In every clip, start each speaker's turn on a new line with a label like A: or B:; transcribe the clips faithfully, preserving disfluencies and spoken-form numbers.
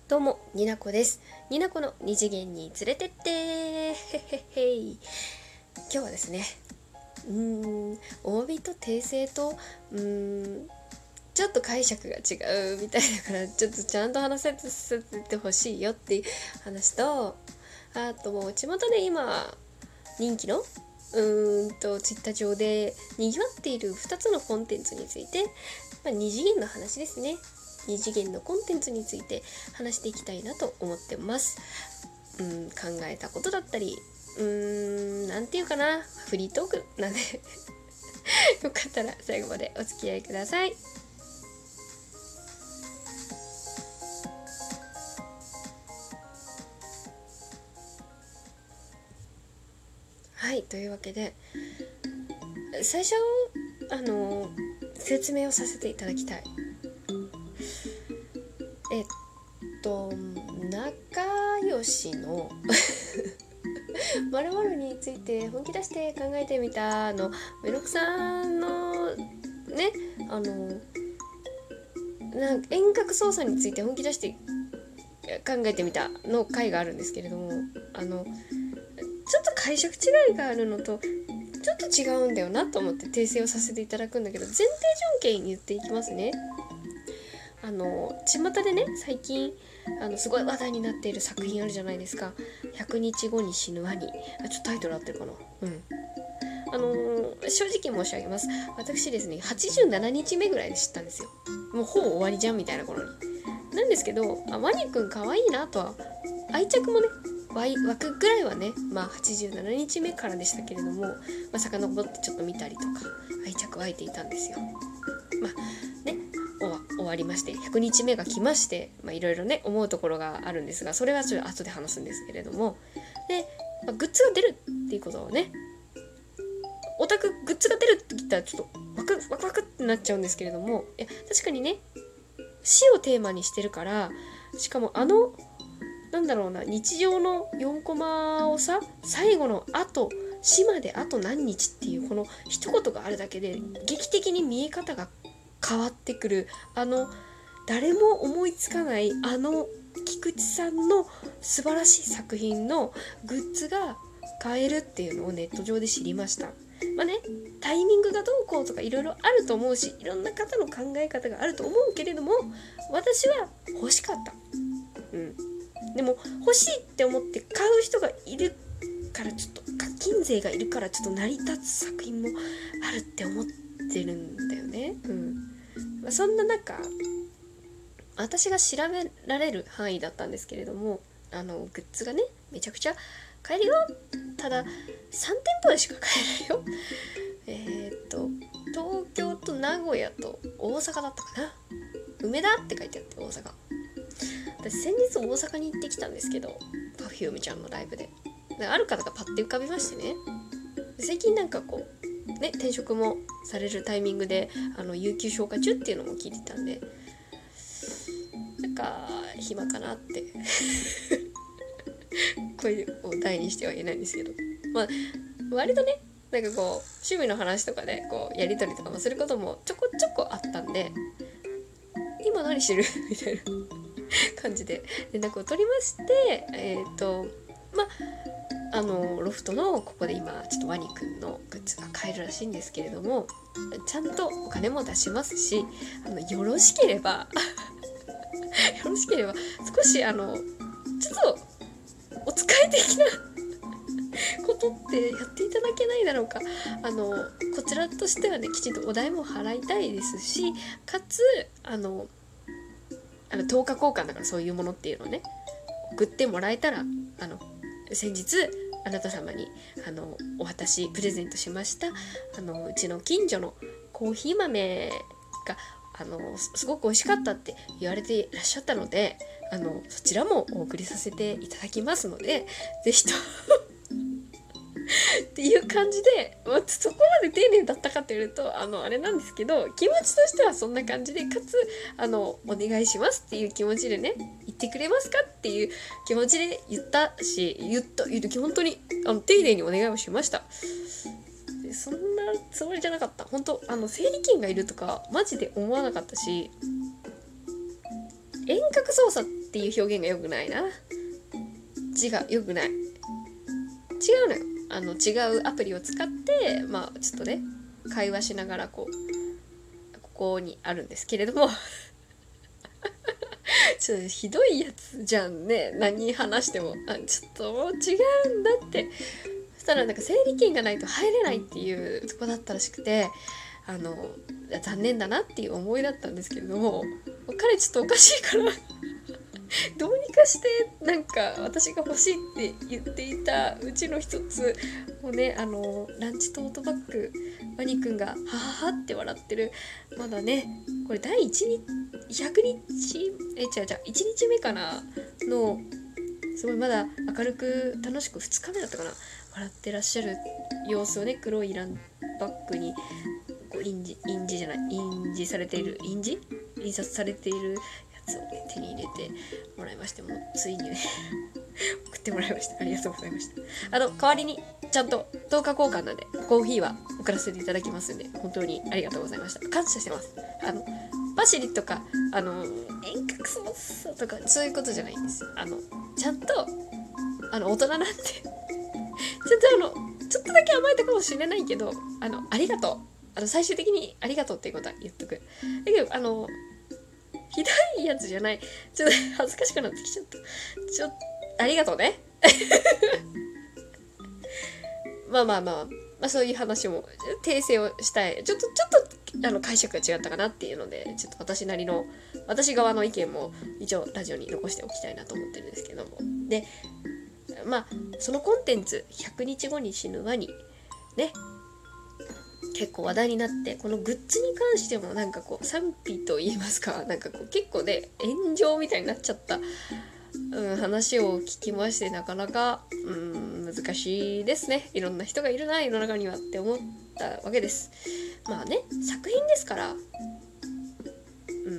A: どうもになこです。になこの二次元に連れてってへへへい。今日はですねうーんお詫びと訂正とうーんちょっと解釈が違うみたいだから、ちょっとちゃんと話せてほしいよっていう話と、あともう巷で今人気のうーんとツイッター上で賑わっているふたつのコンテンツについて、まあ、二次元の話ですね。二次元のコンテンツについて話していきたいなと思ってます。うん、考えたことだったり、うーん、なんていうかな、フリートークなんでよかったら最後までお付き合いください。はい、というわけで最初あの説明をさせていただきたい。えっと仲良しの〇〇について本気出して考えてみたのメロクさんのね、あのなんか遠隔操作について本気出して考えてみたの回があるんですけれども、あのちょっと解釈違いがあるのとちょっと違うんだよなと思って訂正をさせていただくんだけど、前提条件言っていきますね。あの巷でね最近あのすごい話題になっている作品あるじゃないですか。ひゃくにちごに死ぬワニ。あ、ちょっとタイトル合ってるかな。うんあのー、正直申し上げます。私ですねはちじゅうななにちめぐらいで知ったんですよ。もうほぼ終わりじゃんみたいな頃になんですけど、あワニくんかわいいなとは、愛着もね湧くぐらいはね、まあはちじゅうななにちめからでしたけれども、まあ、遡ってちょっと見たりとか愛着湧いていたんですよ。まあね終わりましてひゃくにちめが来まして、まあ、いろいろね思うところがあるんですが、それはちょっと後で話すんですけれども、で、まあ、グッズが出るっていうことをね、オタクグッズが出るって言ったらちょっとワクワクワクってなっちゃうんですけれども、いや確かにね死をテーマにしてるから、しかもあのなんだろうな日常のよんコマをさ、最後のあと死まであと何日っていうこの一言があるだけで劇的に見え方が変わってくる、あの誰も思いつかないあの菊池さんの素晴らしい作品のグッズが買えるっていうのをネット上で知りました。まあね、タイミングがどうこうとかいろいろあると思うし、いろんな方の考え方があると思うけれども、私は欲しかった。うん。でも欲しいって思って買う人がいるからちょっと課金税がいるからちょっと成り立つ作品もあるって思ってるんだよね。うん。まあ、そんな中私が調べられる範囲だったんですけれども、あのグッズがねめちゃくちゃ買えるよ。たださんてんぽでしか買えないよ。えー、っと東京と名古屋と大阪だったかな。梅田って書いてあって大阪。私先日大阪に行ってきたんですけど、 Perfume ちゃんのライブである方がパッて浮かびましてね、最近なんかこうね転職もされるタイミングであの有給消化中っていうのも聞いてたんで、なんか暇かなって声を大にしては言えないんですけど、まあ割とねなんかこう趣味の話とかでこうやり取りとかもすることもちょこちょこあったんで、今何してるみたいな感じで連絡を取りまして、えっとまああのロフトのここで今ちょっとワニくんのグッズが買えるらしいんですけれども、ちゃんとお金も出しますし、あのよろしければよろしければ少しあのちょっとお使い的なことってやっていただけないだろうか。あのこちらとしてはねきちんとお代も払いたいですし、かつあのあのとおか交換だから、そういうものっていうのをね送ってもらえたら、あの先日あなた様にあのお渡しプレゼントしましたあのうちの近所のコーヒー豆があのすごく美味しかったって言われていらっしゃったので、あのそちらもお送りさせていただきますので、ぜひとっていう感じで、まあ、そこまで丁寧だったかというとあのあれなんですけど、気持ちとしてはそんな感じで、かつあのお願いしますっていう気持ちでね、言ってくれますかっていう気持ちで言ったし、言った言うと本当にあの丁寧にお願いをしました。でそんなつもりじゃなかった。本当あの整理券がいるとかマジで思わなかったし、遠隔操作っっていう表現が良くないな。違う、良くない。違うのよ。あの違うアプリを使ってまあちょっとね会話しながらこうここにあるんですけれどもちょっとひどいやつじゃんね。何話してもあちょっともう違うんだって。そしたらなんか整理券がないと入れないっていうとこだったらしくて、あの残念だなっていう思いだったんですけれども、彼ちょっとおかしいからどうにかしてなんか私が欲しいって言っていたうちの一つをね、あのランチトートバッグ、ワニくんがはははって笑ってる、まだねこれだいいちにちひゃくにちえ違う違ういちにちめかなのすごいまだ明るく楽しくふつかめだったかな、笑ってらっしゃる様子をね、黒いランバッグにこう印字印字じゃない印字されている印字印刷されているやつを、ね、手に入れてもらいまして、もうついにね送ってもらいました。ありがとうございました。あの代わりにちゃんととおか交換なんでコーヒーは送らせていただきますんで、本当にありがとうございました。感謝してます。あのパシリとかあの遠隔操作とかそういうことじゃないんです。あのちゃんとあの大人なんでちょっとあのちょっとだけ甘えたかもしれないけど、あのありがとう、あの最終的にありがとうっていうことは言っとく。だけどあのひどいやつじゃない。ちょっと恥ずかしくなってきちゃった。ちょっとありがとうねまあまあまあ、まあ、そういう話も訂正をしたい。ちょっとちょっとあの解釈が違ったかなっていうので、ちょっと私なりの私側の意見も一応ラジオに残しておきたいなと思ってるんですけども、でまあそのコンテンツひゃくにちごに死ぬワニね、結構話題になって、このグッズに関してもなんかこう賛否と言いますか、なんかこう結構ね炎上みたいになっちゃった、うん、話を聞きまして、なかなか、うん、難しいですね。いろんな人がいるな世の中にはって思ったわけです。まあね、作品ですから、うん、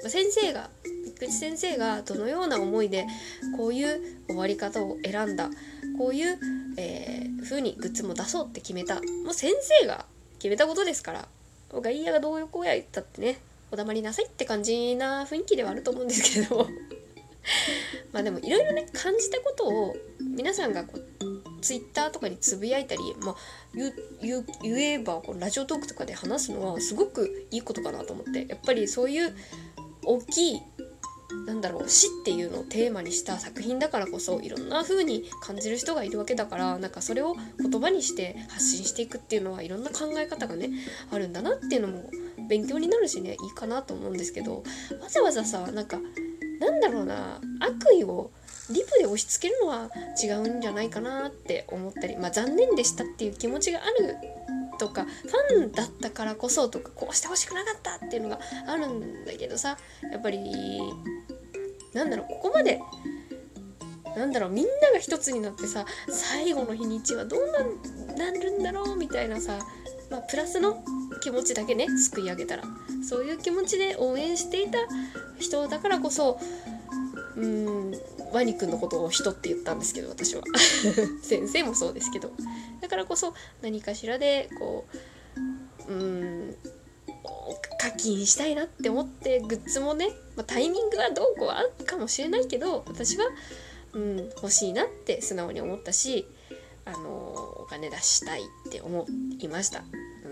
A: 先生が菊池先生がどのような思いでこういう終わり方を選んだ、こういう、えー、風にグッズも出そうって決めた、もう先生が決めたことですから、外野がどういうこうや言ったってね、お黙りなさいって感じな雰囲気ではあると思うんですけれどもまあでもいろいろね感じたことを皆さんがこうツイッターとかにつぶやいたり、まあ、言, 言, 言えばこうラジオトークとかで話すのはすごくいいことかなと思って、やっぱりそういう大きいなんだろう死っていうのをテーマにした作品だからこそ、いろんな風に感じる人がいるわけだから、なんかそれを言葉にして発信していくっていうのはいろんな考え方がねあるんだなっていうのも勉強になるしね、いいかなと思うんですけど、わざわざさなんかなんだろうな、悪意をリプで押し付けるのは違うんじゃないかなって思ったり、まあ残念でしたっていう気持ちがあるとか、ファンだったからこそとか、こうしてほしくなかったっていうのがあるんだけどさ、やっぱりなんだろう、ここまでなんだろうみんなが一つになってさ、最後の日にちはどうなるんだろうみたいなさ、まあ、プラスの気持ちだけねすくい上げたら、そういう気持ちで応援していた人だからこそ、うーんワニくんのことを人って言ったんですけど私は先生もそうですけど、だからこそ何かしらでこううーん課金したいなって思って、グッズもね、まあ、タイミングはどうこうあるかもしれないけど、私は、うん、欲しいなって素直に思ったし、あのー、お金出したいって思いました。うん、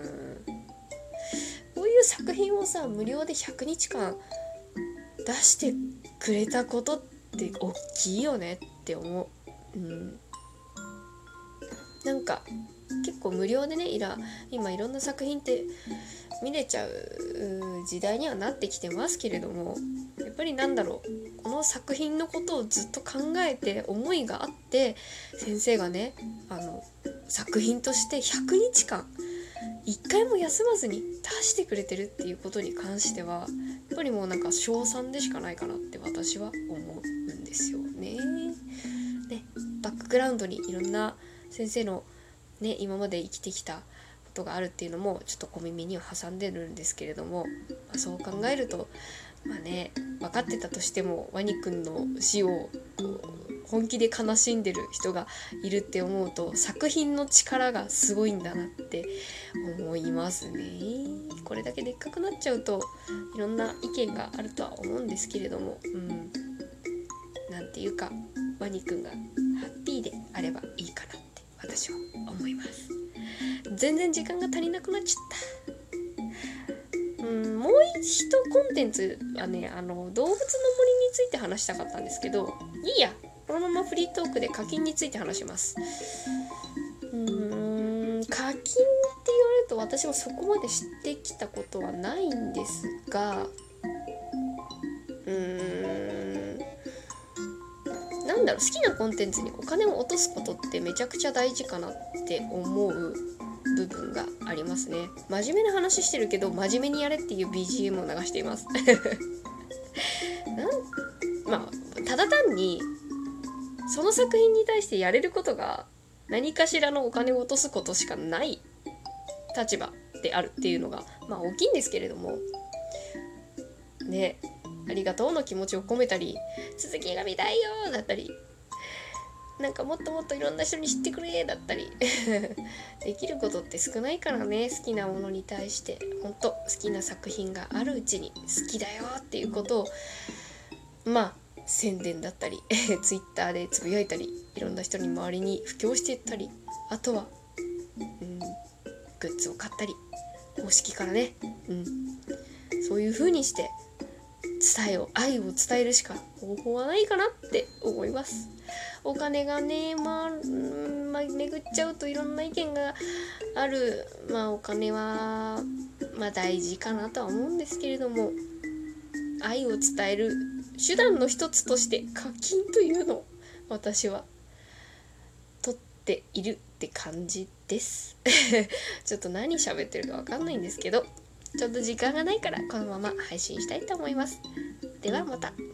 A: こういう作品をさ無料でひゃくにちかん出してくれたことって大きいよねって思う。うん、なんか結構無料でね、いら今いろんな作品って見れちゃう時代にはなってきてますけれども、やっぱりなんだろう、この作品のことをずっと考えて思いがあって先生がねあの作品としてひゃくにちかん一回も休まずに出してくれてるっていうことに関してはやっぱりもうなんか称賛でしかないかなって私は思うんですよね。でバックグラウンドにいろんな先生のね今まで生きてきたことがあるっていうのもちょっと小耳には挟んでるんですけれども、まあ、そう考えるとまあね分かってたとしてもワニくんの死を本気で悲しんでる人がいるって思うと、作品の力がすごいんだなって思いますね。これだけでっかくなっちゃうといろんな意見があるとは思うんですけれども、うん、 なんていうかワニくんがハッピーであればいいかなって私は思います。全然時間が足りなくなっちゃった。うん、もう一コンテンツはね、あの動物の森について話したかったんですけど、いいや、このままフリートークで課金について話します。うーん、課金って言われると私もそこまで知ってきたことはないんですが、うーん、なんだろう、好きなコンテンツにお金を落とすことってめちゃくちゃ大事かなって思う部分がありますね。真面目な話してるけど真面目にやれっていう ビージーエム を流していますなんまあただ単にその作品に対してやれることが何かしらのお金を落とすことしかない立場であるっていうのがまあ大きいんですけれどもね、ありがとうの気持ちを込めたり、続きが見たいよだったり、なんかもっともっといろんな人に知ってくれだったりできることって少ないからね。好きなものに対して本当好きな作品があるうちに好きだよっていうことをまあ宣伝だったりツイッターでつぶやいたり、いろんな人に周りに布教していったり、あとは、うん、グッズを買ったり公式からね、うん、そういう風にして伝えを愛を伝えるしか方法はないかなって思います。お金がね、まあ、まあ、巡っちゃうといろんな意見がある。まあお金はまあ大事かなとは思うんですけれども、愛を伝える手段の一つとして課金というのを私は取っているって感じですちょっと何喋ってるか分かんないんですけど、ちょっと時間がないからこのまま配信したいと思います。ではまた。